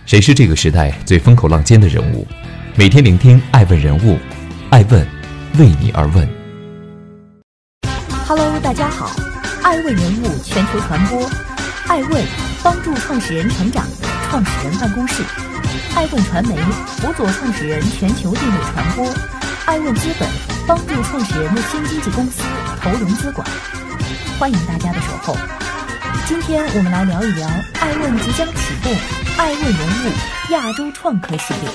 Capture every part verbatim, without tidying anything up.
谁是这个时代最风口浪尖的人物？每天聆听爱问人物，爱问为你而问。 Hello， 大家好，爱问人物全球传播，爱问帮助创始人成长的创始人办公室，爱问传媒辅佐创始人全球定位传播，爱问资本帮助创始人的新经纪公司投融资管。欢迎大家的守候。今天我们来聊一聊爱问即将启动爱问人物亚洲创客系列。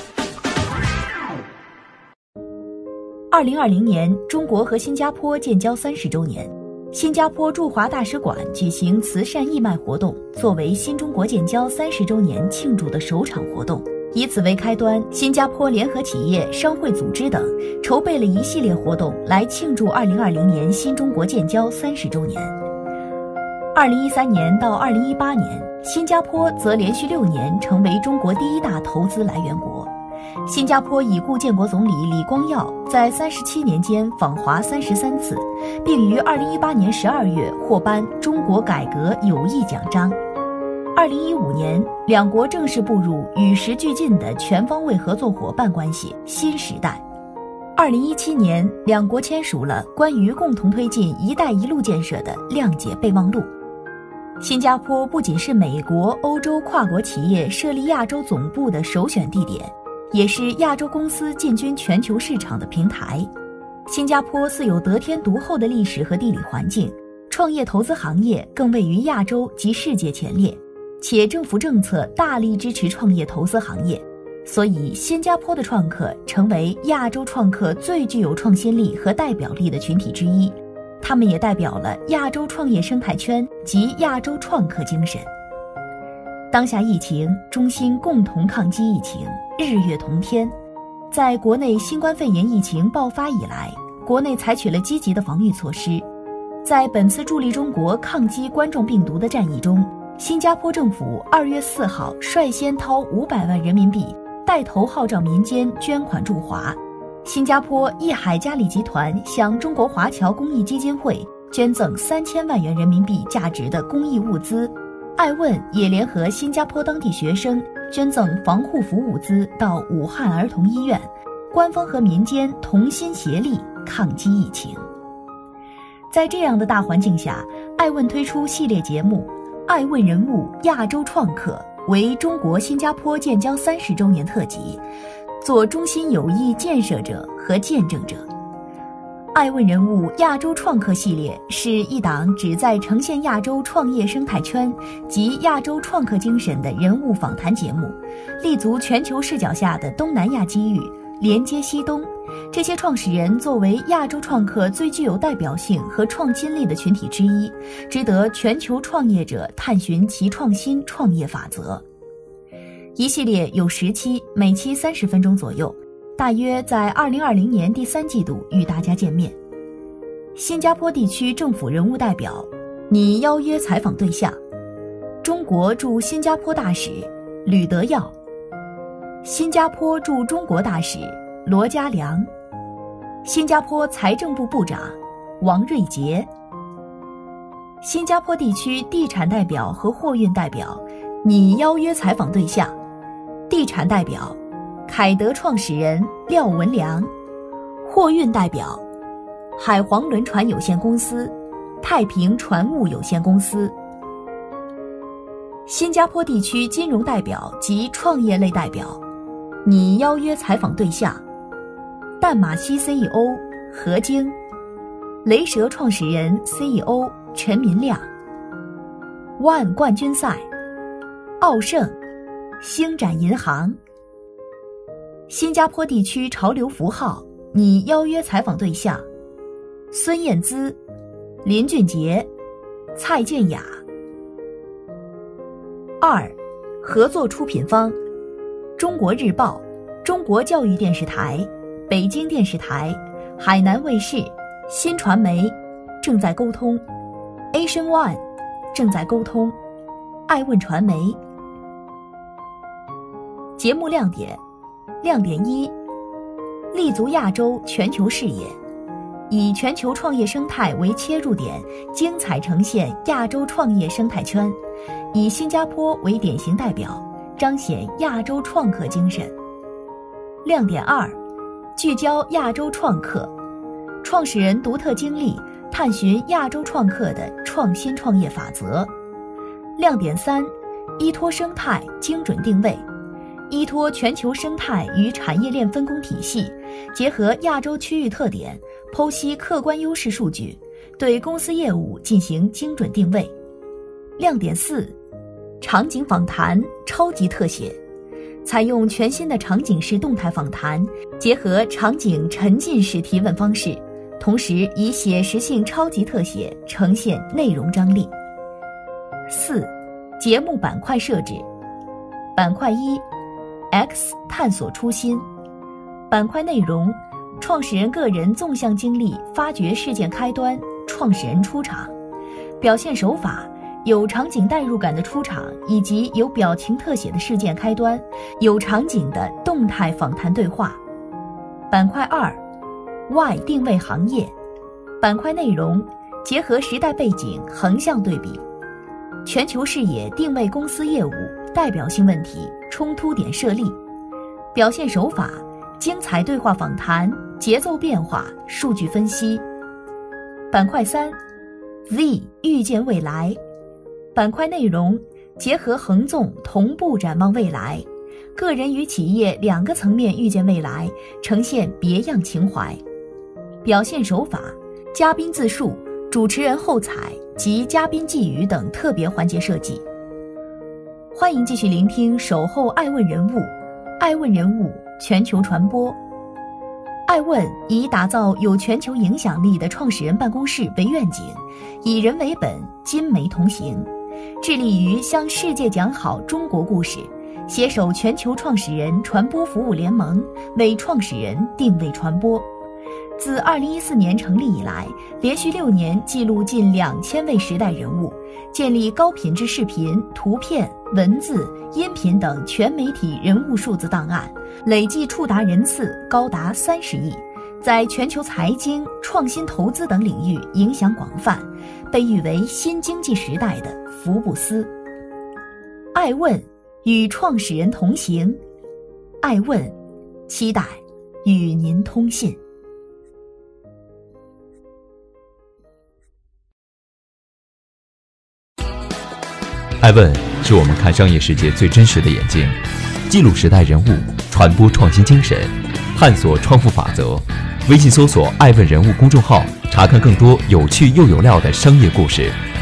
二零二零年，中国和新加坡建交三十周年，新加坡驻华大使馆举行慈善义卖活动，作为新中国建交三十周年庆祝的首场活动。以此为开端，新加坡联合企业、商会组织等筹备了一系列活动来庆祝二零二零年新中国建交三十周年。二零一三年到二零一八年，新加坡则连续六年成为中国第一大投资来源国。新加坡已故建国总理李光耀在三十七年间访华三十三次，并于二零一八年十二月获颁中国改革有益奖章。二零一五年，两国正式步入与时俱进的全方位合作伙伴关系新时代。二零一七年，两国签署了关于共同推进“一带一路”建设的谅解备忘录。新加坡不仅是美国、欧洲跨国企业设立亚洲总部的首选地点，也是亚洲公司进军全球市场的平台。新加坡似有得天独厚的历史和地理环境，创业投资行业更位于亚洲及世界前列，且政府政策大力支持创业投资行业，所以新加坡的创客成为亚洲创客最具有创新力和代表力的群体之一。他们也代表了亚洲创业生态圈及亚洲创客精神。当下疫情，中新共同抗击疫情，日月同天。在国内新冠肺炎疫情爆发以来，国内采取了积极的防御措施。在本次助力中国抗击冠状病毒的战役中，新加坡政府二月四号率先掏五百万人民币，带头号召民间捐款驻华。新加坡益海嘉里集团向中国华侨公益基金会捐赠三千万元人民币价值的公益物资，爱问也联合新加坡当地学生捐赠防护服物资到武汉儿童医院，官方和民间同心协力抗击疫情。在这样的大环境下，爱问推出系列节目《爱问人物亚洲创客》，为中国新加坡建交三十周年特辑，做中新友谊建设者和见证者。爱问人物亚洲创客系列是一档旨在呈现亚洲创业生态圈及亚洲创客精神的人物访谈节目，立足全球视角下的东南亚机遇，连接西东。这些创始人作为亚洲创客最具有代表性和创新力的群体之一，值得全球创业者探寻其创新创业法则。一系列有十期，每期三十分钟左右，大约在二零二零年第三季度与大家见面。新加坡地区政府人物代表，拟邀约采访对象：中国驻新加坡大使吕德耀，新加坡驻中国大使罗家良，新加坡财政部部长王瑞杰，新加坡地区地产代表和货运代表拟邀约采访对象：地产代表凯德创始人廖文良，货运代表海皇轮船有限公司、太平船务有限公司。新加坡地区金融代表及创业类代表拟邀约采访对象：淡马锡 C E O 何晶，雷蛇创始人 C E O 陈民亮，万冠军赛奥盛、星展银行。新加坡地区潮流符号拟邀约采访对象：孙燕姿、林俊杰、蔡健雅。二、合作出品方：中国日报、中国教育电视台、北京电视台、海南卫视、新传媒正在沟通， Asian One 正在沟通，爱问传媒。节目亮点：亮点一，立足亚洲全球视野，以全球创业生态为切入点，精彩呈现亚洲创业生态圈，以新加坡为典型代表， 彰显亚洲创客精神。亮点二，聚焦亚洲创客，创始人独特经历，探寻亚洲创客的创新创业法则。亮点三，依托生态精准定位，依托全球生态与产业链分工体系，结合亚洲区域特点，剖析客观优势数据，对公司业务进行精准定位。亮点四，场景访谈超级特写，采用全新的场景式动态访谈，结合场景沉浸式提问方式，同时以写实性超级特写呈现内容张力。四、节目板块设置。板块一 X 探索初心。板块内容：创始人个人纵向经历发掘事件开端，创始人出场。表现手法：有场景代入感的出场，以及有表情特写的事件开端，有场景的动态访谈对话。板块二 Y 定位行业。板块内容：结合时代背景横向对比，全球视野定位公司业务代表性问题冲突点设立。表现手法：精彩对话访谈，节奏变化，数据分析。板块三 Z 预见未来。板块内容：结合横纵同步展望未来，个人与企业两个层面预见未来，呈现别样情怀。表现手法：嘉宾自述、主持人后采及嘉宾寄语等特别环节设计。欢迎继续聆听守候爱问人物，爱问人物全球传播。爱问以打造有全球影响力的创始人办公室为愿景，以人为本，金媒同行，致力于向世界讲好中国故事，携手全球创始人传播服务联盟，为创始人定位传播。自二零一四年成立以来，连续六年记录近两千位时代人物，建立高品质视频、图片、文字、音频等全媒体人物数字档案，累计触达人次高达三十亿，在全球财经、创新投资等领域影响广泛，被誉为新经济时代的福布斯。爱问与创始人同行，爱问期待与您通信。 爱问是我们看商业世界最真实的眼睛，记录时代人物，传播创新精神，探索创富法则。微信搜索爱问人物公众号，查看更多有趣又有料的商业故事。